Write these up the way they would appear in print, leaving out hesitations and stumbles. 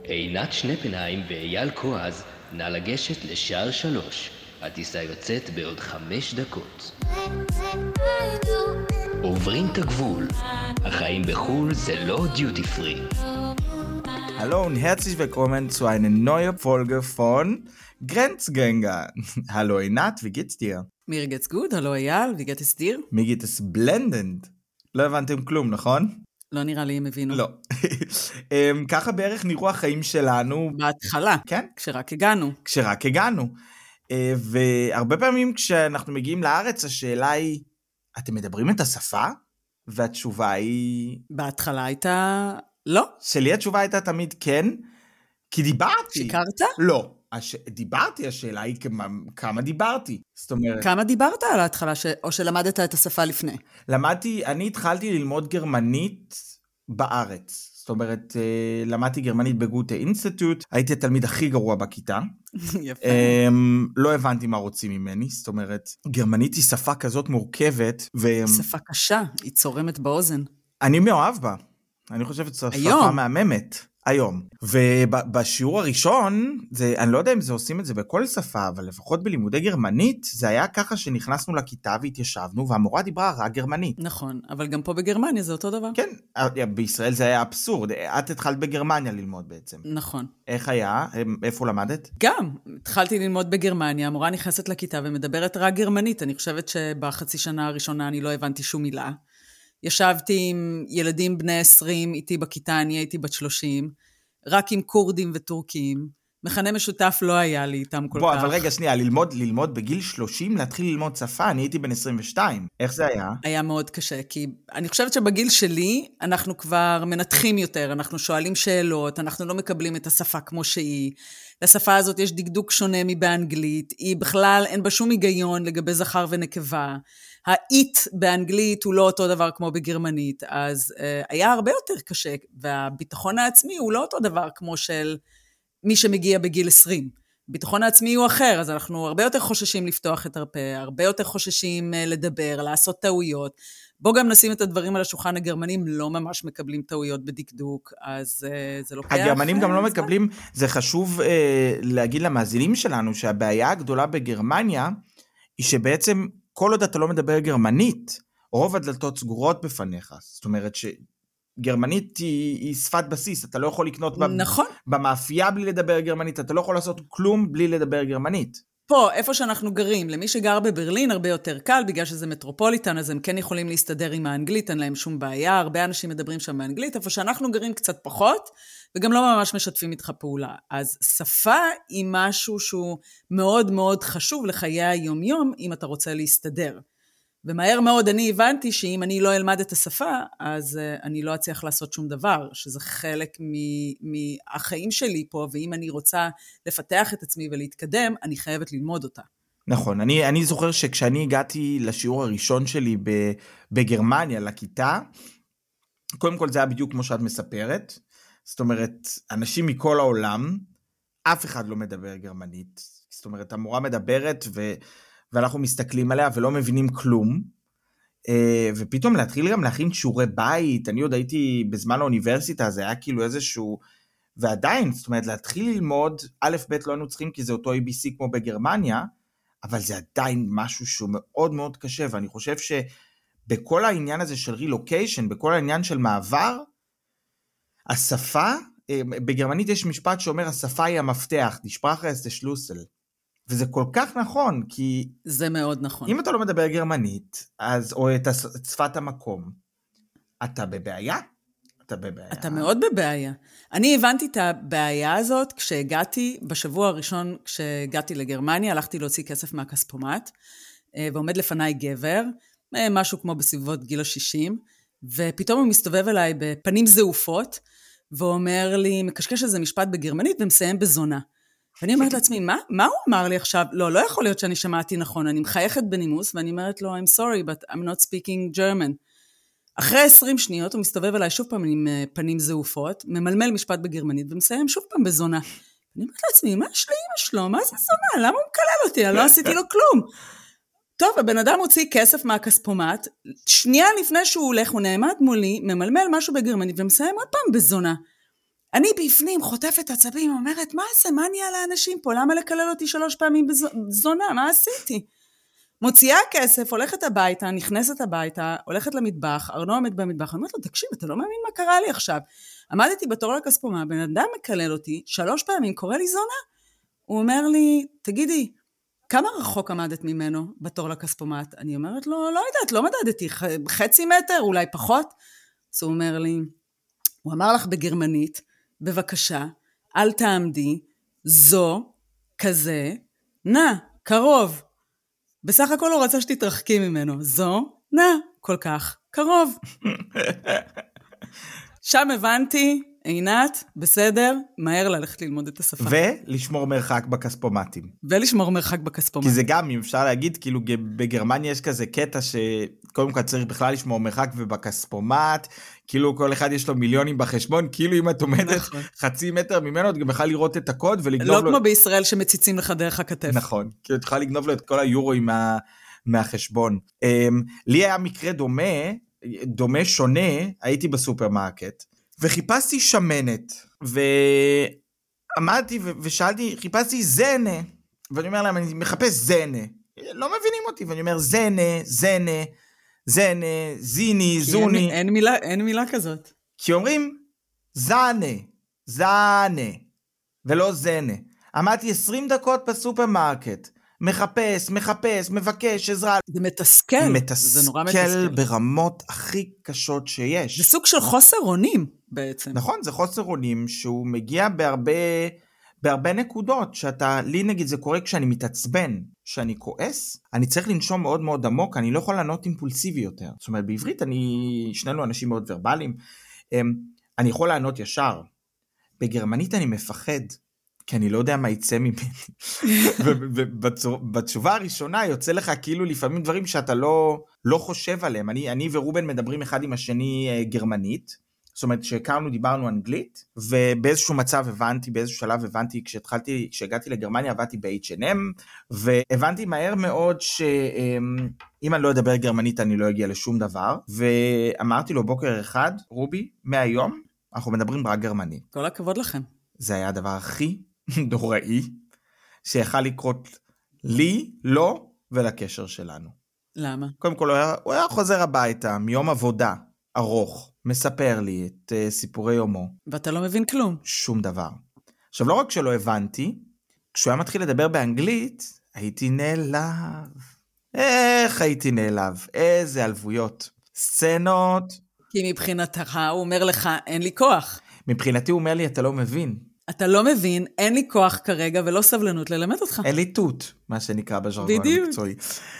עינת שנפנהיים ואייל כועז, נא לגשת לשער 3. הטיסה יוצאת בעוד 5 דקות. עוברים את הגבול. החיים בחול זה לא דיוטי פרי. Hallo und herzlich willkommen zu einer neuen Folge von Grenzgänger. Hallo Einat, wie geht's dir? Mir geht's gut, hallo Eyal, wie geht es dir? Mir geht es blendend. לא הבנתם כלום, נכון? לא נראה לי הם הבינו. לא. ככה בערך נראו החיים שלנו. בהתחלה, כן? כשרק הגענו. והרבה פעמים כשאנחנו מגיעים לארץ, השאלה היא, אתם מדברים את השפה? והתשובה היא... בהתחלה הייתה... לא. שלי התשובה הייתה תמיד כן, כי דיברתי. שיקרת? לא. דיברתי, השאלה היא כמה דיברתי. זאת אומרת... כמה דיברת על ההתחלה, או שלמדת את השפה לפני? אני התחלתי ללמוד גרמנית בארץ. זאת אומרת, למדתי גרמנית בגוטה אינסטיטוט, הייתי התלמיד הכי גרוע בכיתה. יפה. לא הבנתי מה רוצים ממני, זאת אומרת, גרמנית היא שפה כזאת מורכבת. שפה קשה, היא צורמת באוזן. אני מאוהב בה. אני חושבת שזו שפה מהממת. היום. ובשיעור הראשון, אני לא יודע אם זה עושים את זה בכל שפה, אבל לפחות בלימודי גרמנית, זה היה ככה שנכנסנו לכיתה והתיישבנו, והמורה דיברה רק גרמנית. נכון, אבל גם פה בגרמניה זה אותו דבר. כן, בישראל זה היה אבסורד. את התחלת בגרמניה ללמוד בעצם. נכון. איך היה? איפה למדת? גם, התחלתי ללמוד בגרמניה, המורה נכנסת לכיתה ומדברת רק גרמנית. אני חושבת שבחצי שנה הראשונה אני לא הבנתי שום מילה. ישבתי עם ילדים בני 20, איתי בכיתה, אני הייתי בת 30, רק עם קורדים וטורקים, מכנה משותף לא היה לי איתם כל כך. אבל רגע, שנייה, ללמוד בגיל 30, להתחיל ללמוד שפה, אני הייתי בן 22, איך זה היה? היה מאוד קשה, כי אני חושבת שבגיל שלי, אנחנו כבר מנתחים יותר, אנחנו שואלים שאלות, אנחנו לא מקבלים את השפה כמו שהיא, לשפה הזאת יש דקדוק שונה מבאנגלית, היא בכלל אין בה שום היגיון לגבי זכר ונקבה, האית באנגלית הוא לא אותו דבר כמו בגרמנית, אז היה הרבה יותר קשה, והביטחון העצמי הוא לא אותו דבר כמו של מי שמגיע בגיל 20. ביטחון העצמי הוא אחר, אז אנחנו הרבה יותר חוששים לפתוח את הרפה, הרבה יותר חוששים לדבר, לעשות טעויות. בוא גם נשים את הדברים על השולחן, הגרמנים לא ממש מקבלים טעויות בדקדוק, אז זה לוקח... הגרמנים גם לא מקבלים, זה חשוב להגיד למאזינים שלנו, שהבעיה הגדולה בגרמניה, היא שבעצם כל עוד אתה לא מדבר גרמנית, רוב הדלתות סגורות בפניך. זאת אומרת שגרמנית היא שפת בסיס, אתה לא יכול לקנות נכון. במאפייה בלי לדבר גרמנית, אתה לא יכול לעשות כלום בלי לדבר גרמנית. פה, איפה שאנחנו גרים, למי שגר בברלין הרבה יותר קל, בגלל שזה מטרופוליטן, אז הם כן יכולים להסתדר עם האנגלית, אין להם שום בעיה, הרבה אנשים מדברים שם באנגלית, איפה שאנחנו גרים קצת פחות, וגם לא ממש משתפים איתך פעולה. אז שפה היא משהו שהוא מאוד מאוד חשוב לחיי היום-יום, אם אתה רוצה להסתדר. ומהר מאוד אני הבנתי שאם אני לא אלמד את השפה, אז אני לא אצליח לעשות שום דבר, שזה חלק מהחיים שלי פה, ואם אני רוצה לפתח את עצמי ולהתקדם, אני חייבת ללמוד אותה. נכון, אני זוכר שכשאני הגעתי לשיעור הראשון שלי בגרמניה, לכיתה, קודם כל זה היה בדיוק כמו שאת מספרת, זאת אומרת, אנשים מכל העולם, אף אחד לא מדבר גרמנית, זאת אומרת, המורה מדברת ואנחנו מסתכלים עליה ולא מבינים כלום, ופתאום להתחיל גם להכין שיעורי בית, אני עוד הייתי בזמן האוניברסיטה, זה היה כאילו איזשהו, ועדיין, זאת אומרת, להתחיל ללמוד, א' ב' לא היינו צריכים, כי זה אותו ABC כמו בגרמניה, אבל זה עדיין משהו שהוא מאוד מאוד קשה, ואני חושב שבכל העניין הזה של רילוקיישן, בכל העניין של מעבר, השפה, בגרמנית יש משפט שאומר, השפה היא המפתח, die Sprache ist der Schlüssel. וזה כל כך נכון, כי... זה מאוד נכון. אם אתה לא מדבר גרמנית, או את שפת המקום, אתה בבעיה? אתה מאוד בבעיה. אני הבנתי את הבעיה הזאת כשהגעתי, בשבוע הראשון כשהגעתי לגרמניה, הלכתי להוציא כסף מהכספומט, ועומד לפניי גבר, משהו כמו בסביבות גיל ה-60, ופתאום הוא מסתובב אליי בפנים זעופות, ואומר לי, מקשקש איזה משפט בגרמנית, ומסיים בזונה. ואני אומרת לעצמי, מה הוא אמר לי עכשיו? לא יכול להיות שאני שמעתי נכון, אני מחייכת בנימוס, ואני אומרת לו, I'm sorry, but I'm not speaking German. אחרי 20 שניות, הוא מסתובב אליי שוב פעם עם פנים זעופות, ממלמל משפט בגרמנית, ומסיים שוב פעם בזונה. אני אומרת לעצמי, מה יש לאמא שלו? מה זה זונה? למה הוא מקלל אותי? אני לא עשיתי לו כלום. טוב, הבן אדם הוציא כסף מהכספומט, שנייה לפני שהוא הולך, הוא נעמד מולי, ממלמל משהו בגרמנית, ומסיים עוד פעם בזונה. אני בפנים חוטפת עצבים, אומרת, מה זה, מה נהיה לאנשים פה? למה לקלל אותי 3 פעמים בזונה? מה עשיתי? מוציאה כסף, הולכת הביתה, נכנסת הביתה, הולכת למטבח, ארנו עומד במטבח, אני אומרת לו, תקשיב, אתה לא מאמין מה קרה לי עכשיו. עמדתי בתור לכספומט, בן אדם מקלל אותי, 3 פעמים, קורא לי זונה. הוא אומר לי, תגידי, כמה רחוק עמדת ממנו בתור לכספומט? אני אומרת לו, לא יודעת, לא מדדתי, 0.5 מטר, אולי פחות. אז הוא אומר לי, הוא אמר לך בגרמנית, בבקשה, אל תעמדי, זו, כזה, נע, קרוב. בסך הכל הוא רצה שתתרחקי ממנו. זו, נע, כל כך קרוב. שם הבנתי, עינת, בסדר, מהר ללכת ללמוד את השפה. ולשמור מרחק בכספומטים. ולשמור מרחק בכספומט. כי זה גם, אם אפשר להגיד, כאילו בגרמניה יש כזה קטע שקודם כל צריך בכלל לשמור מרחק ובכספומט, כאילו כל אחד יש לו מיליונים בחשבון, כאילו אם את עומדת 0.5 מטר ממנו, את גם בכלל לראות את הקוד ולגנוב לו... לא כמו בישראל שמציצים לך דרך הכתף. נכון, כאילו את יכולה לגנוב לו את כל היורואים מהחשבון. לי היה מקרה דומה שונה, הייתי בסופרמרקט, וחיפשתי שמנת, ועמדתי ושאלתי, חיפשתי זנה, ואני אומר להם, אני מחפש זנה, לא מבינים אותי, ואני אומר זנה, זיני, זוני. אין מילה כזאת. כי אומרים, זנה, ולא זנה. עמדתי 20 דקות בסופרמרקט, מחפש, מבקש עזרה. זה מתסכל. זה נורא מתסכל. ברמות הכי קשות שיש. זה סוג של חוסר אונים בעצם. נכון, זה חוסר אונים שהוא מגיע בהרבה נקודות, לי נגיד זה קורה כשאני מתעצבן, שאני כועס, אני צריך לנשום מאוד מאוד עמוק, אני לא יכול לענות אימפולסיבי יותר. זאת אומרת, בעברית שנינו אנשים מאוד ורבליים, אני יכול לענות ישר. בגרמנית אני מפחד, כי אני לא יודע מה יצא ממני. ובתשובה הראשונה יוצא לך כאילו לפעמים דברים שאתה לא חושב עליהם. אני ורובן מדברים אחד עם השני גרמנית, זאת אומרת שהכרנו דיברנו אנגלית, ובאיזשהו שלב הבנתי, כשהגעתי לגרמניה עבדתי ב-H&M, והבנתי מהר מאוד שאם אני לא אדבר גרמנית אני לא אגיע לשום דבר, ואמרתי לו בוקר אחד, רובי, מהיום אנחנו מדברים רק גרמנית. כל הכבוד לכם. זה היה הדבר הכי נוראי שיכל לקרות לי, לא, ולקשר שלנו. למה? קודם כל הוא היה חוזר הביתה מיום עבודה ארוך, מספר לי את סיפורי יומו. ואתה לא מבין כלום. שום דבר. עכשיו לא רק שלא הבנתי, כשהוא היה מתחיל לדבר באנגלית, הייתי נעלב. איך הייתי נעלב? איזה אלבויות. סצנות. כי מבחינתך הוא אומר לך, אין לי כוח. מבחינתי הוא אומר לי, אתה לא מבין. אתה לא מבין, אין לי כוח כרגע ולא סבלנות ללמד אותך. אין לי תות, מה שנקרא בז'רגון המקצועי.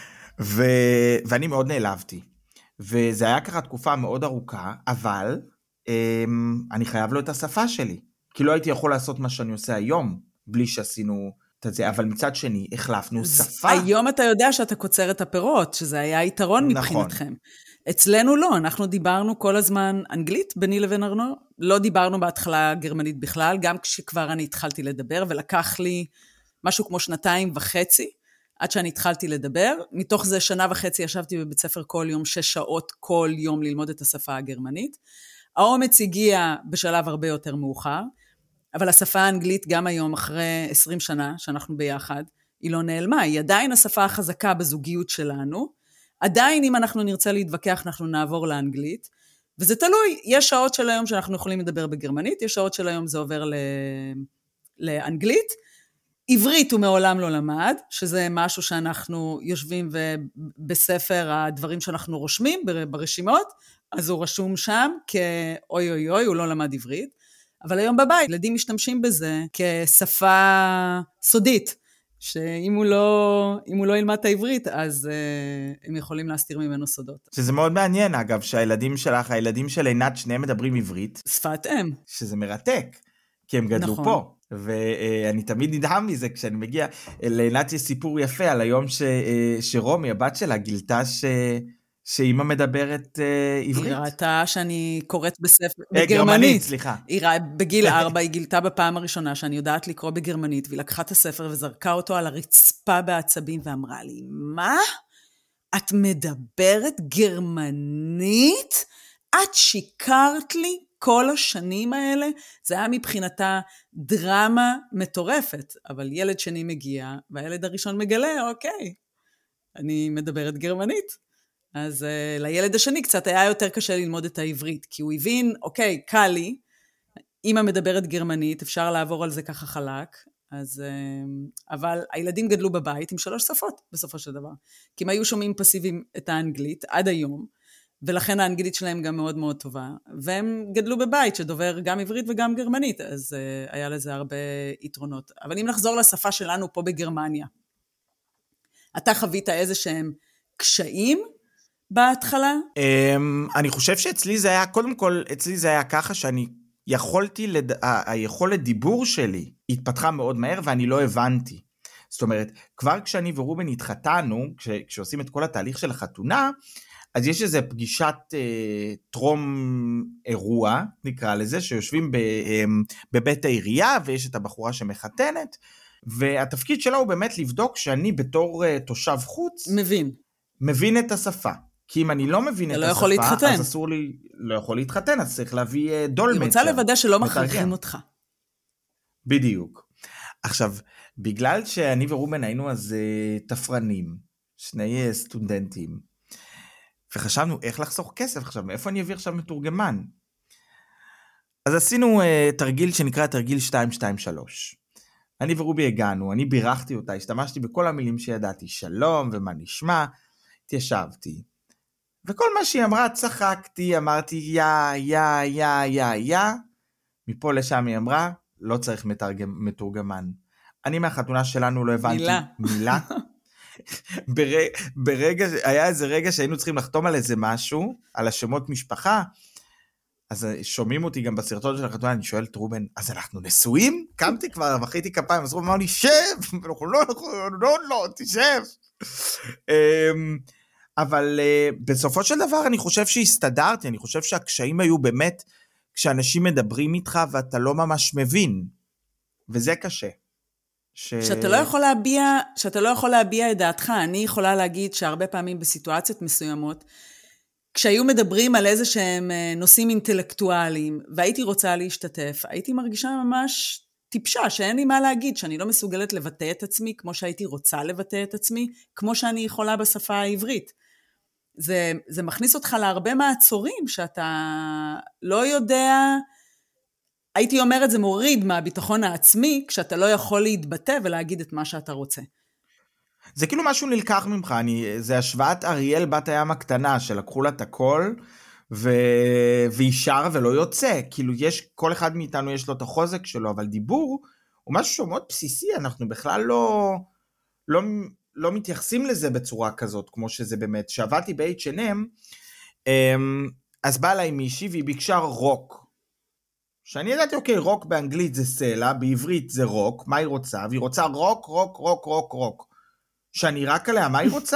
ואני מאוד נעלבתי. וזה היה ככה תקופה מאוד ארוכה, אבל אני חייב לו את השפה שלי. כי לא הייתי יכול לעשות מה שאני עושה היום, בלי שעשינו את זה. אבל מצד שני, החלפנו שפה. היום אתה יודע שאתה קוצר את הפירות, שזה היה יתרון מבחינתכם. אצלנו לא, אנחנו דיברנו כל הזמן אנגלית, ביני לבין ארנו, לא דיברנו בהתחלה גרמנית בכלל, גם כשכבר אני התחלתי לדבר, ולקח לי משהו כמו 2.5, עד שאני התחלתי לדבר, מתוך זה 1.5 ישבתי בבית ספר כל יום, 6 שעות כל יום ללמוד את השפה הגרמנית, האומץ הגיע בשלב הרבה יותר מאוחר, אבל השפה האנגלית גם היום, אחרי 20 שנה שאנחנו ביחד, היא לא נעלמה, היא עדיין השפה החזקה בזוגיות שלנו, עדיין אם אנחנו נרצה להתווכח, אנחנו נעבור לאנגלית, וזה תלוי, יש שעות של היום שאנחנו יכולים לדבר בגרמנית, יש שעות של היום זה עובר לאנגלית, עברית הוא מעולם לא למד, שזה משהו שאנחנו יושבים בספר הדברים שאנחנו רושמים ברשימות, אז הוא רשום שם כאוי אוי אוי, הוא לא למד עברית, אבל היום בבית, ילדים משתמשים בזה כשפה סודית, שאם הוא לא ילמד את העברית, אז הם יכולים להסתיר ממנו סודות. שזה מאוד מעניין, אגב, שהילדים שלך, הילדים של עינת, שניהם מדברים עברית. שפת אם. שזה מרתק, כי הם גדלו נכון. פה. ואני תמיד נדהם מזה, כשאני מגיע, לעינת יש סיפור יפה, על היום שרומי, הבת שלה, גילתה שאימא מדברת עברית. היא ראתה שאני קוראת בספר בגרמנית. סליחה. בגיל 4 היא גילתה בפעם הראשונה שאני יודעת לקרוא בגרמנית, והיא לקחה את הספר וזרקה אותו על הרצפה בעצבים, ואמרה לי, מה? את מדברת גרמנית? את שיקרת לי כל השנים האלה, זה היה מבחינתה דרמה מטורפת, אבל ילד שני מגיע, והילד הראשון מגלה, אוקיי, אני מדברת גרמנית. אז לילד השני קצת היה יותר קשה ללמוד את העברית, כי הוא הבין, אוקיי, קל לי, אמא מדברת גרמנית, אפשר לעבור על זה ככה חלק, אז, אבל הילדים גדלו בבית עם 3 שפות בסופו של דבר, כי הם היו שומעים פסיביים את האנגלית עד היום, ולכן האנגלית שלהם גם מאוד מאוד טובה, והם גדלו בבית שדובר גם עברית וגם גרמנית, אז היה לזה הרבה יתרונות. אבל אם נחזור לשפה שלנו פה בגרמניה, אתה חווית איזה שהם קשיים בהתחלה? אני חושב שאצלי זה היה, קודם כל, אצלי זה היה ככה שאני יכולתי, היכולת דיבור שלי התפתחה מאוד מהר ואני לא הבנתי. זאת אומרת, כבר כשאני ורובן התחתנו, כשעושים את כל התהליך של החתונה, אז יש איזו פגישת טרום אירוע, נקרא לזה, שיושבים בבית העירייה, ויש את הבחורה שמחתנת, והתפקיד שלה הוא באמת לבדוק שאני בתור תושב חוץ, מבין את השפה. כי אם אני לא מבין את השפה, אז אסור לי, לא יכול להתחתן, אז צריך להביא דולמצ'ר. היא רוצה לוודא שלא מכריחים אותך. בדיוק. עכשיו, בגלל שאני ורובן היינו אז תפרנים, 2 סטודנטים, וחשבנו איך לחסוך כסף עכשיו, מאיפה אני אביא עכשיו מתורגמן? אז עשינו תרגיל שנקרא תרגיל 223. אני ורובי הגענו, אני בירכתי אותה, השתמשתי בכל המילים שידעתי, שלום ומה נשמע, התיישבתי. וכל מה שהיא אמרה, צחקתי, אמרתי יא, מפה לשם היא אמרה, לא צריך מתורגמן. אני מהחתונה שלנו לא הבנתי מילה. היה איזה רגע שהיינו צריכים לחתום על איזה משהו, על השמות משפחה, אז שומעים אותי גם בסרטון של החתונה, אני שואל את רובן, אז אנחנו נשואים? קמתי כבר, מחאתי כפיים, אז רובן אמר לי, שב! לא, תשב! אבל בסופו של דבר אני חושב שהסתדרתי, אני חושב שהקשיים היו באמת, כשאנשים מדברים איתך ואתה לא ממש מבין, וזה קשה. שאתה לא יכול להביע את דעתך, אני יכולה להגיד שהרבה פעמים בסיטואציות מסוימות, כשהיו מדברים על איזה שהם נושאים אינטלקטואליים, והייתי רוצה להשתתף, הייתי מרגישה ממש טיפשה, שאין לי מה להגיד, שאני לא מסוגלת לבטא את עצמי, כמו שהייתי רוצה לבטא את עצמי, כמו שאני יכולה בשפה העברית. זה מכניס אותך להרבה מעצורים, שאתה לא יודע, הייתי אומרת, זה מוריד מהביטחון העצמי, כשאתה לא יכול להתבטא ולהגיד את מה שאתה רוצה. זה כאילו משהו נלקח ממך, זה השוואת אריאל בת הים הקטנה, שלקחו לה את הכל, והיא שר ולא יוצא, כאילו כל אחד מאיתנו יש לו את החוזק שלו, אבל דיבור הוא משהו שהוא מאוד בסיסי, אנחנו בכלל לא מתייחסים לזה בצורה כזאת, כמו שזה באמת, שעבדתי ב-H&M, אז באה לה עם מישהי, והיא ביקשה רוק, שאני ידעתי, אוקיי, רוק באנגלית זה סלע, בעברית זה רוק, מה היא רוצה? והיא רוצה רוק, רוק, רוק, רוק, רוק, שאני רק עליה, מה היא רוצה?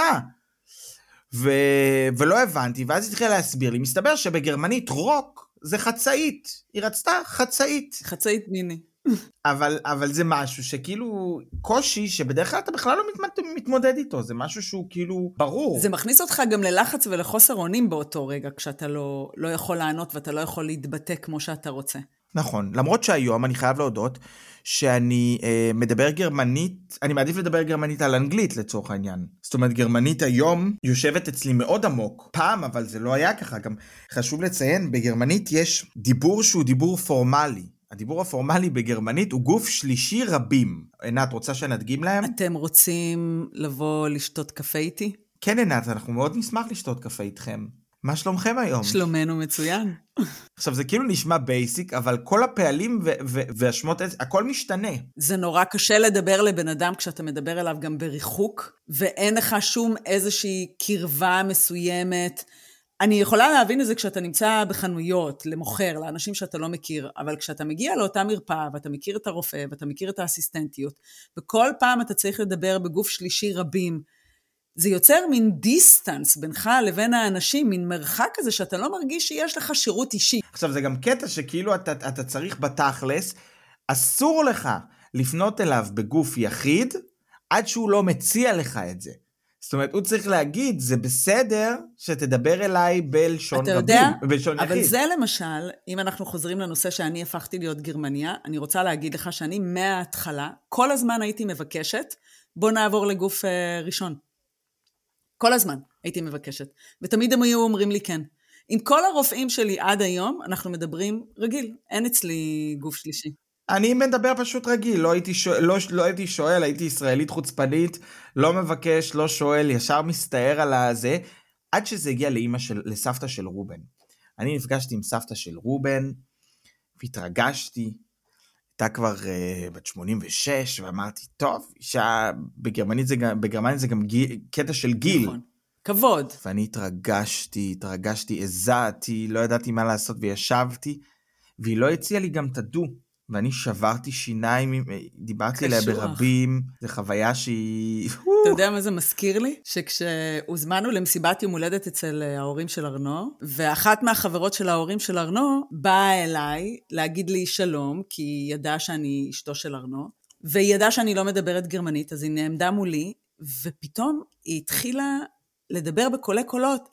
ולא הבנתי, ואז היא התחילה להסביר לי, מסתבר שבגרמנית רוק זה חצאית, היא רצתה חצאית. חצאית מיני. אבל זה משהו שכאילו קושי שבדרך כלל אתה בכלל לא מתמודד איתו, זה משהו שהוא כאילו ברור. זה מכניס אותך גם ללחץ ולחוסר אונים באותו רגע, כשאתה לא יכול לענות ואתה לא יכול להתבטא כמו שאתה רוצה. נכון, למרות שהיום אני חייב להודות שאני מדבר גרמנית, אני מעדיף לדבר גרמנית על אנגלית לצורך העניין. זאת אומרת, גרמנית היום יושבת אצלי מאוד עמוק. פעם, אבל זה לא היה ככה. גם חשוב לציין, בגרמנית יש דיבור שהוא דיבור פורמלי. הדיבור הפורמלי בגרמנית הוא גוף שלישי רבים. עינת, רוצה שנדגים להם? אתם רוצים לבוא לשתות קפה איתי? כן, עינת, אנחנו מאוד נשמח לשתות קפה איתכם. מה שלומכם היום? שלומנו מצוין. עכשיו, זה כאילו נשמע בייסיק, אבל כל הפעלים והשמות, הכל משתנה. זה נורא קשה לדבר לבן אדם כשאתה מדבר אליו גם בריחוק, ואין לך שום איזושהי קרבה מסוימת. אני יכולה להבין את זה כשאתה נמצא בחנויות, למוכר, לאנשים שאתה לא מכיר, אבל כשאתה מגיע לאותה מרפאה, ואתה מכיר את הרופא, ואתה מכיר את האסיסטנטיות, וכל פעם אתה צריך לדבר בגוף שלישי רבים, זה יוצר מין דיסטנס בינך לבין האנשים, מין מרחק כזה שאתה לא מרגיש שיש לך שירות אישי. עכשיו זה גם קטע שכאילו אתה צריך בתכלס, אסור לך לפנות אליו בגוף יחיד, עד שהוא לא מציע לך את זה. זאת אומרת, הוא צריך להגיד, זה בסדר שתדבר אליי בלשון רבים. אתה יודע, בלשון אבל יחיד. זה למשל, אם אנחנו חוזרים לנושא שאני הפכתי להיות גרמניה, אני רוצה להגיד לך שאני מההתחלה, כל הזמן הייתי מבקשת, בוא נעבור לגוף ראשון. כל הזמן הייתי מבקשת. ותמיד הם היו אומרים לי כן. עם כל הרופאים שלי עד היום, אנחנו מדברים רגיל. אין אצלי גוף שלישי. אני מדבר פשוט רגיל, לא הייתי שואל, הייתי ישראלית חוצפנית, לא מבקש, לא שואל, ישר מסתער על הזה, עד שזה הגיע לסבתא של רובן. אני נפגשתי עם סבתא של רובן, והתרגשתי, הייתה כבר בת 86, ואמרתי, טוב, אישה בגרמנית זה גם קטע של גיל. נכון, כבוד. ואני התרגשתי, הזעתי, לא ידעתי מה לעשות, וישבתי, והיא לא הציעה לי גם תדו. ואני שברתי שיניים, דיברתי עליה ברבים, זו חוויה שהיא... אתה יודע מה זה מזכיר לי? שכשהוזמנו למסיבת יום הולדת אצל ההורים של ארנו, ואחת מהחברות של ההורים של ארנו באה אליי להגיד לי שלום, כי היא ידעה שאני אשתו של ארנו, והיא ידעה שאני לא מדברת גרמנית, אז היא נעמדה מולי, ופתאום היא התחילה לדבר בקולי קולות,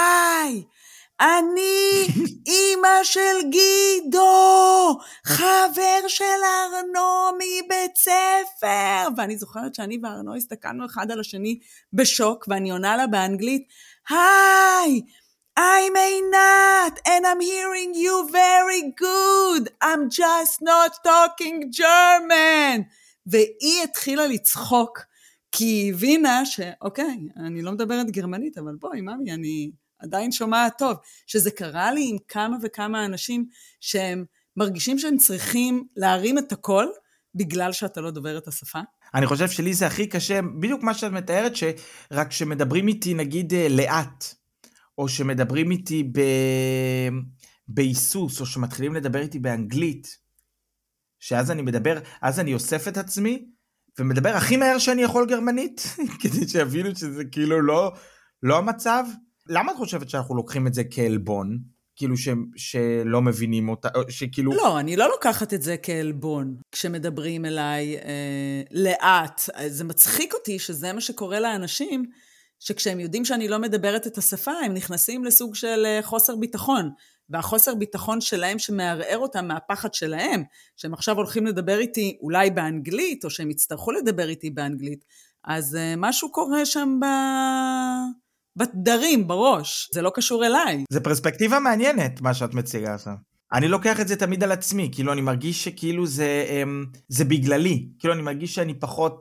אני אמא של גידו, חבר של ארנו מבית ספר. ואני זוכרת שאני וארנו הסתכלנו אחד על השני בשוק, ואני עונה לה באנגלית, היי, I'm Einat, and I'm hearing you very good. I'm just not talking German. והיא התחילה לצחוק, כי היא הבינה שאוקיי, אני לא מדברת גרמנית, אבל בואי, ממי, אני עדיין שומעת טוב. שזה קרה לי עם כמה וכמה אנשים שהם מרגישים שהם צריכים להרים את הכל, בגלל שאתה לא דובר את השפה. אני חושב שלי זה הכי קשה, בדיוק מה שאת מתארת, שרק שמדברים איתי נגיד לאט, או שמדברים איתי בהיסוס, או שמתחילים לדבר איתי באנגלית, שאז אני מדבר, אז אני אוסף את עצמי, ומדבר הכי מהר שאני יכול גרמנית, כדי שיבינו שזה כאילו לא המצב. למה את חושבת שאנחנו לוקחים את זה כאלבון? כאילו שלא מבינים אותה, שכאילו... לא, אני לא לוקחת את זה כאלבון, כשמדברים אליי לאט. זה מצחיק אותי שזה מה שקורה לאנשים, שכשהם יודעים שאני לא מדברת את השפה, הם נכנסים לסוג של חוסר ביטחון, והחוסר ביטחון שלהם שמערער אותם מהפחד שלהם, שהם עכשיו הולכים לדבר איתי אולי באנגלית, או שהם יצטרכו לדבר איתי באנגלית, אז משהו קורה שם בדרים, בראש. זה לא קשור אליי. זה פרספקטיבה מעניינת, מה שאת מציגה עכשיו. אני לוקח את זה תמיד על עצמי, כאילו אני מרגיש שכאילו זה בגללי, כאילו אני מרגיש שאני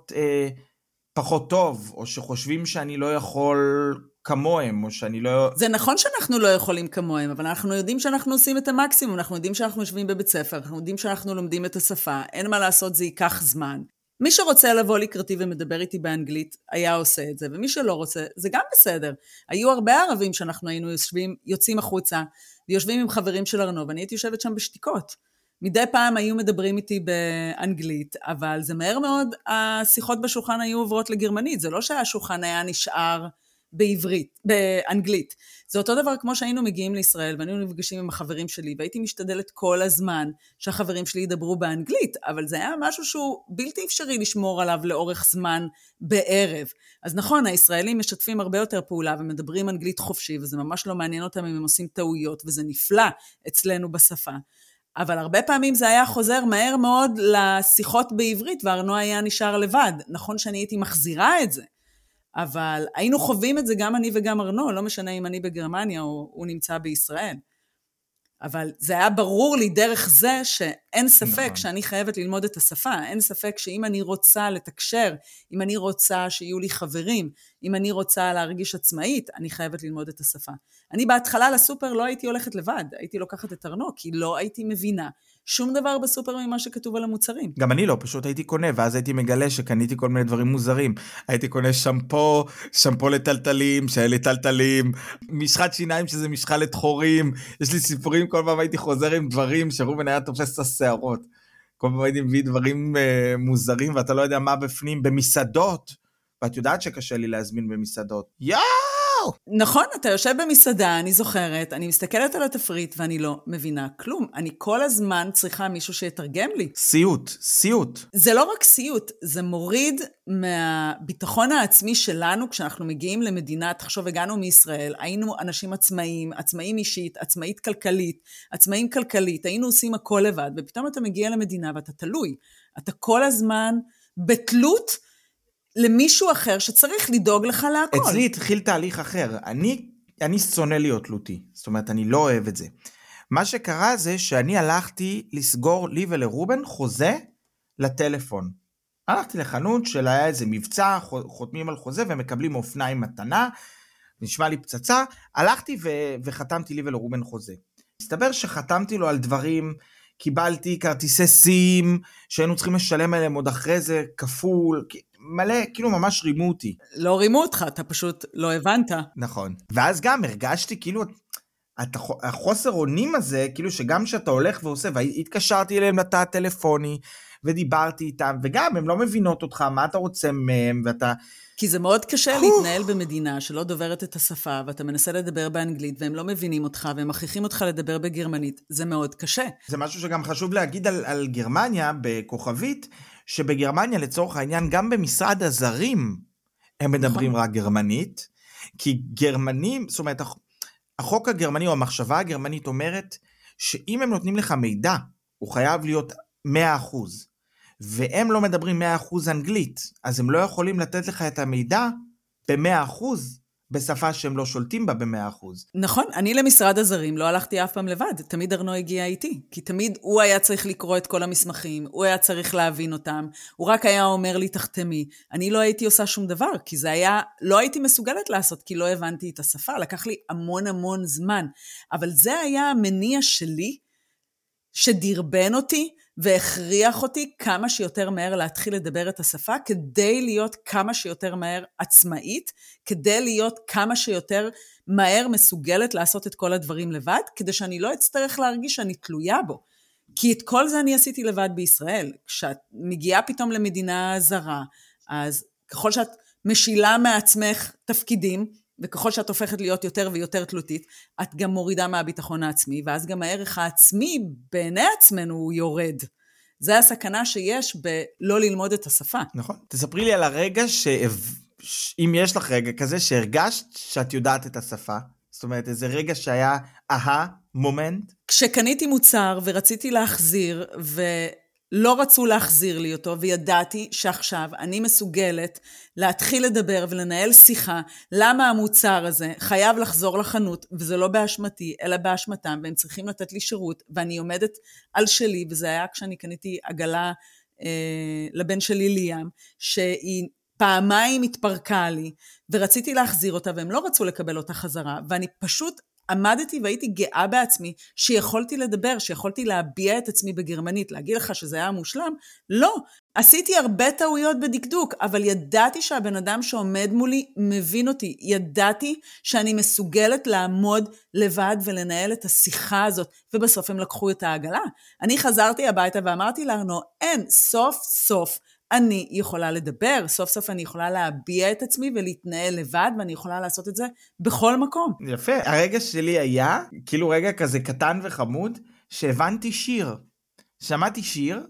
פחות טוב, או שחושבים שאני לא יכול כמוהם, או שאני לא... זה נכון שאנחנו לא יכולים כמוהם, אבל אנחנו יודעים שאנחנו עושים את המקסימום, אנחנו יודעים שאנחנו יושבים בבית ספר, אנחנו יודעים שאנחנו לומדים את השפה, אין מה לעשות, זה ייקח זמן. מי שרוצה לבוא לקראתי ומדבר איתי באנגלית, היה עושה את זה, ומי שלא רוצה, זה גם בסדר. היו הרבה ערבים שאנחנו היינו יוצאים החוצה, ויושבים עם חברים של ארנו, ואני הייתי יושבת שם בשתיקות. מדי פעם היו מדברים איתי באנגלית, אבל זה מהר מאוד, השיחות בשולחן היו עוברות לגרמנית, זה לא שהשולחן היה נשאר באנגלית. זה אותו דבר כמו שהיינו מגיעים לישראל, והיינו נפגשים עם החברים שלי, והייתי משתדלת כל הזמן שהחברים שלי ידברו באנגלית, אבל זה היה משהו שהוא בלתי אפשרי לשמור עליו לאורך זמן בערב. אז נכון, הישראלים משתפים הרבה יותר פעולה, ומדברים אנגלית חופשי, וזה ממש לא מעניין אותם אם הם עושים טעויות, וזה נפלא אצלנו בשפה. אבל הרבה פעמים זה היה חוזר מהר מאוד לשיחות בעברית, וארנו היה נשאר לבד. נכון שאני הייתי מחזירה את זה, אבל היינו חווים את זה גם אני וגם ארנו, לא משנה אם אני בגרמניה או הוא נמצא בישראל. אבל זה היה ברור לי דרך זה שאין ספק שאני חייבת ללמוד את השפה, אין ספק שאם אני רוצה לתקשר, אם אני רוצה שיהיו לי חברים, אם אני רוצה להרגיש עצמאית, אני חייבת ללמוד את השפה. אני בהתחלה לסופר לא הייתי הולכת לבד, הייתי לוקחת את ארנו, כי לא הייתי מבינה שום דבר בסופר ממה שכתוב על המוצרים. גם אני לא, פשוט הייתי קונה, ואז הייתי מגלה שקניתי כל מיני דברים מוזרים. הייתי קונה שמפו לטלטלים, שהיה לי טלטלים, משחת שיניים שזה משחה לתחורים, יש לי סיפורים, כל פעם הייתי חוזר עם דברים שרובן היה תופס את השערות. כל פעם הייתי מביא דברים מוזרים, ואתה לא יודע מה בפנים, במסעדות, ואת יודעת שקשה לי להזמין במסעדות. וואו. נכון, אתה יושב במסעדה, אני זוכרת, אני מסתכלת על התפריט ואני לא מבינה כלום. אני כל הזמן צריכה מישהו שיתרגם לי. סיוט. זה לא רק סיוט, זה מוריד מהביטחון העצמי שלנו, כשאנחנו מגיעים למדינה, תחשוב, הגענו מישראל, היינו אנשים עצמאים אישית, עצמאים כלכלית, היינו עושים הכל לבד, ופתאום אתה מגיע למדינה ואתה תלוי. אתה כל הזמן בתלות למישהו אחר שצריך לדאוג לך להכל. אצלי התחיל תהליך אחר. אני שונא להיות תלותי. זאת אומרת, אני לא אוהב את זה. מה שקרה זה שאני הלכתי לסגור לי ולרובן חוזה לטלפון. הלכתי לחנות שהיה איזה מבצע, חותמים על חוזה ומקבלים אופניים מתנה, נשמע לי פצצה, הלכתי וחתמתי לי ולרובן חוזה. מסתבר שחתמתי לו על דברים, קיבלתי כרטיסי סים, שהיינו צריכים לשלם עליהם עוד אחרי זה כפול, מלא, כאילו ממש רימו אותי. לא רימו אותך, אתה פשוט לא הבנת. נכון. ואז גם הרגשתי כאילו, החוסר אונים הזה, כאילו שגם שאתה הולך ועושה, והתקשרתי אליהם לתא הטלפוני, ודיברתי איתם, וגם הם לא מבינות אותך, מה אתה רוצה מהם, ואתה... כי זה מאוד קשה להתנהל במדינה שלא דוברת את השפה, ואתה מנסה לדבר באנגלית, והם לא מבינים אותך, והם מכריחים אותך לדבר בגרמנית. זה מאוד קשה. זה משהו שגם חשוב להגיד על גרמניה, בכוכבית, שבגרמניה לצורך העניין, גם במשרד הזרים, הם מדברים רק גרמנית, כי גרמנים, זאת אומרת, החוק הגרמני או המחשבה הגרמנית אומרת, שאם הם נותנים לך מידע, הוא חייב להיות 100%. והם לא מדברים 100% אנגלית, אז הם לא יכולים לתת לך את המידע ב-100%, בשפה שהם לא שולטים בה ב-100%. נכון, אני למשרד הזרים לא הלכתי אף פעם לבד, תמיד ארנו הגיע איתי, כי תמיד הוא היה צריך לקרוא את כל המסמכים, הוא היה צריך להבין אותם, הוא רק היה אומר לי תחתמי, אני לא הייתי עושה שום דבר, כי זה היה, לא הייתי מסוגלת לעשות, כי לא הבנתי את השפה, לקח לי המון זמן, אבל זה היה המניע שלי, שדרבן אותי, והכריח אותי כמה שיותר מהר להתחיל לדבר את השפה, כדי להיות כמה שיותר מהר עצמאית, כדי להיות כמה שיותר מהר מסוגלת לעשות את כל הדברים לבד, כדי שאני לא אצטרך להרגיש שאני תלויה בו. כי את כל זה אני עשיתי לבד בישראל. כשאת מגיעה פתאום למדינה זרה, אז ככל שאת משילה מעצמך תפקידים, וככל שאת הופכת להיות יותר ויותר תלותית, את גם מורידה מהביטחון העצמי, ואז גם הערך העצמי בעיני עצמנו הוא יורד. זה הסכנה שיש בלא ללמוד את השפה. נכון. תספרי לי על הרגע אם יש לך רגע כזה שהרגשת שאת יודעת את השפה, זאת אומרת איזה רגע שהיה מומנט. כשקניתי מוצר ורציתי להחזיר לא רצו להחזיר לי אותו, וידעתי שעכשיו אני מסוגלת להתחיל לדבר ולנהל שיחה, למה המוצר הזה חייב לחזור לחנות, וזה לא באשמתי, אלא באשמתם, והם צריכים לתת לי שירות, ואני עומדת על שלי, וזה היה כשאני קניתי עגלה לבן שלי ליאם, שהיא פעמיים התפרקה לי, ורציתי להחזיר אותה, והם לא רצו לקבל אותה חזרה, ואני פשוט עמדתי והייתי גאה בעצמי שיכולתי לדבר, שיכולתי להביע את עצמי בגרמנית, להגיד לך שזה היה מושלם? לא, עשיתי הרבה טעויות בדקדוק, אבל ידעתי שהבן אדם שעומד מולי מבין אותי, ידעתי שאני מסוגלת לעמוד לבד ולנהל את השיחה הזאת, ובסוף הם לקחו את העגלה. אני חזרתי הביתה ואמרתי לנו, אין, סוף סוף, אני יכולה לדבר, סוף סוף אני יכולה להביע את עצמי ולהתנהל לבד, ואני יכולה לעשות את זה בכל מקום. יפה, הרגע שלי היה, כאילו רגע כזה קטן וחמוד, שהבנתי שיר. שמעתי שיר,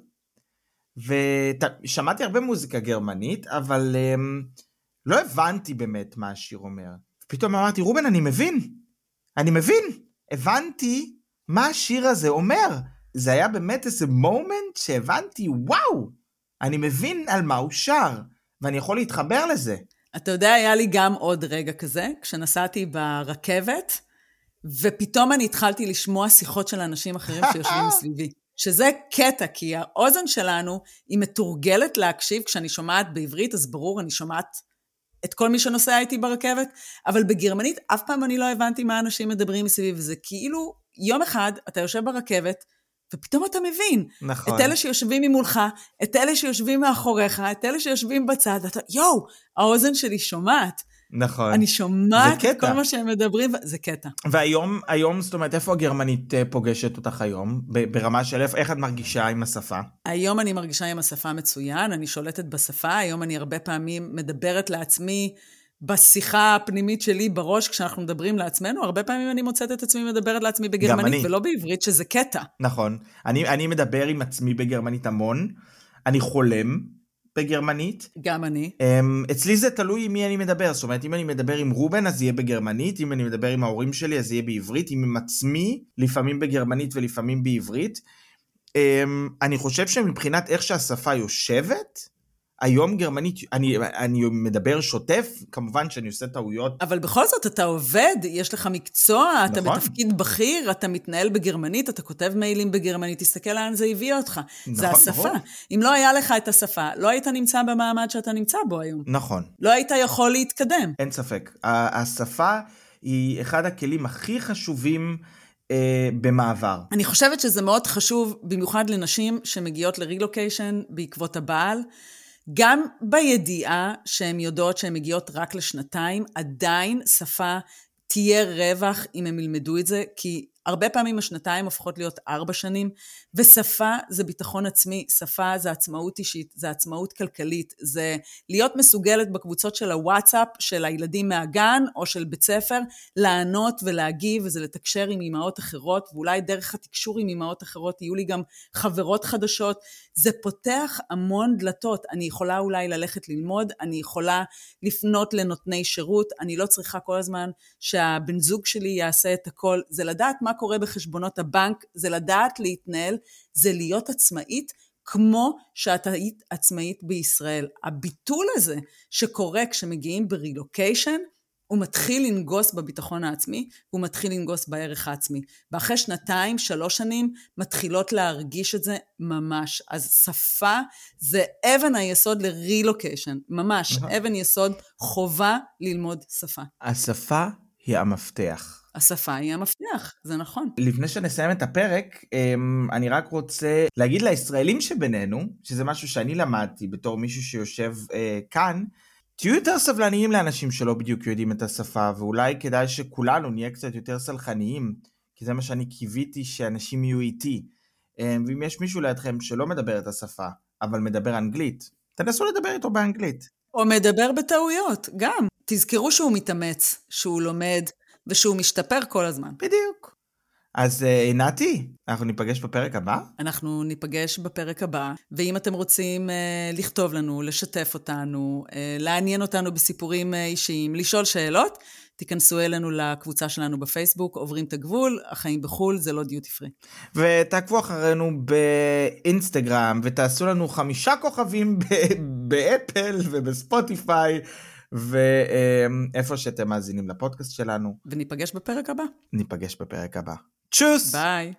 ושמעתי הרבה מוזיקה גרמנית, אבל לא הבנתי באמת מה השיר אומר. פתאום אמרתי, רובן, אני מבין, הבנתי מה השיר הזה אומר. זה היה באמת איזה מומנט שהבנתי, וואו, אני מבין על מה הוא שר, ואני יכול להתחבר לזה. אתה יודע, היה לי גם עוד רגע כזה, כשנסעתי ברכבת, ופתאום אני התחלתי לשמוע שיחות של אנשים אחרים שיושבים מסביבי. שזה קטע, כי האוזן שלנו היא מתורגלת להקשיב, כשאני שומעת בעברית, אז ברור, אני שומעת את כל מי שנוסע איתי ברכבת, אבל בגרמנית אף פעם אני לא הבנתי מה אנשים מדברים מסביב, וזה כאילו יום אחד אתה יושב ברכבת, ופתאום אתה מבין, נכון. את אלה שיושבים ממולך, את אלה שיושבים מאחוריך, את אלה שיושבים בצד, ואתה, האוזן שלי שומעת. נכון. אני שומעת את כל מה שהם מדברים, זה קטע. והיום, זאת אומרת, איפה הגרמנית פוגשת אותך היום? ברמה של איך את מרגישה עם השפה? היום אני מרגישה עם השפה מצוין, אני שולטת בשפה, היום אני הרבה פעמים מדברת לעצמי בשיחה הפנימית שלי בראש, כשאנחנו מדברים לעצמנו, הרבה פעמים אני מוצאת את עצמי מדברת לעצמי בגרמנית, ולא בעברית, שזה קטע. נכון. אני מדבר עם עצמי בגרמנית המון, אני חולם בגרמנית. גם אני. אצלי זה תלוי עם מי אני מדבר, זאת אומרת, אם אני מדבר עם רובן, אז יהיה בגרמנית, אם אני מדבר עם ההורים שלי, אז יהיה בעברית, אם עם עצמי, לפעמים בגרמנית ולפעמים בעברית. אני חושב שמבחינת איך שהשפה יושבת, היום גרמנית, אני מדבר שוטף, כמובן שאני עושה טעויות. אבל בכל זאת אתה עובד, יש לך מקצוע, אתה בתפקיד בכיר, אתה מתנהל בגרמנית, אתה כותב מיילים בגרמנית, תסתכל לאן זה הביא אותך. זה השפה. אם לא היה לך את השפה, לא היית נמצא במעמד שאתה נמצא בו היום. נכון. לא היית יכול להתקדם. אין ספק. השפה היא אחד הכלים הכי חשובים במעבר. אני חושבת שזה מאוד חשוב, במיוחד לנשים שמגיעות לרילוקיישן בעקבות הבעל, גם בידיעה שהן יודעות שהן מגיעות רק לשנתיים, עדיין שפה תהיה רווח אם הם ילמדו את זה, כי הרבה פעמים השנתיים הופכות להיות 4 שנים, ושפה זה ביטחון עצמי, שפה זה עצמאות אישית, זה עצמאות כלכלית, זה להיות מסוגלת בקבוצות של הוואטסאפ, של הילדים מהגן או של בית ספר, לענות ולהגיב, וזה לתקשר עם אמהות אחרות, ואולי דרך התקשור עם אמהות אחרות יהיו לי גם חברות חדשות, זה פותח המון דלתות, אני יכולה אולי ללכת ללמוד, אני יכולה לפנות לנותני שירות, אני לא צריכה כל הזמן שהבן זוג שלי יעשה את הכל, זה לדעת מה קורה בחשבונות הבנק, זה לדעת להתנהל, זה להיות עצמאית, כמו שאת היית עצמאית בישראל. הביטול הזה שקורה כשמגיעים ברילוקיישן, הוא מתחיל לנגוס בביטחון העצמי, הוא מתחיל לנגוס בערך העצמי. ואחרי 2-3 שנים מתחילות להרגיש את זה ממש. אז שפה זה אבן היסוד לרילוקיישן, ממש, אבן יסוד, חובה ללמוד שפה. השפה היא המפתח. השפה היא המפתח, זה נכון. לפני שנסיים את הפרק, אני רק רוצה להגיד לישראלים שבינינו, שזה משהו שאני למדתי בתור מישהו שיושב כאן, תהיו יותר סבלניים לאנשים שלא בדיוק יודעים את השפה, ואולי כדאי שכולנו נהיה קצת יותר סלחניים, כי זה מה שאני קיוויתי שאנשים יהיו איתי. ואם יש מישהו לידכם שלא מדבר את השפה, אבל מדבר אנגלית, תנסו לדבר איתו באנגלית. או מדבר בטעויות, גם. תזכרו שהוא מתאמץ, שהוא לומד, ושהוא משתפר כל הזמן. בדיוק. אז נתי, אנחנו ניפגש בפרק הבא? אנחנו ניפגש בפרק הבא, ואם אתם רוצים לכתוב לנו, לשתף אותנו, לעניין אותנו בסיפורים אישיים, לשאול שאלות, תיכנסו אלינו לקבוצה שלנו בפייסבוק, עוברים את הגבול, החיים בחול, זה לא דיוטי פרי. ותעקבו אחרינו באינסטגרם, ותעשו לנו 5 כוכבים באפל ובספוטיפיי, ואיפה שאתם מאזינים לפודקאסט שלנו. וניפגש בפרק הבא. ניפגש בפרק הבא. צ'וס! ביי.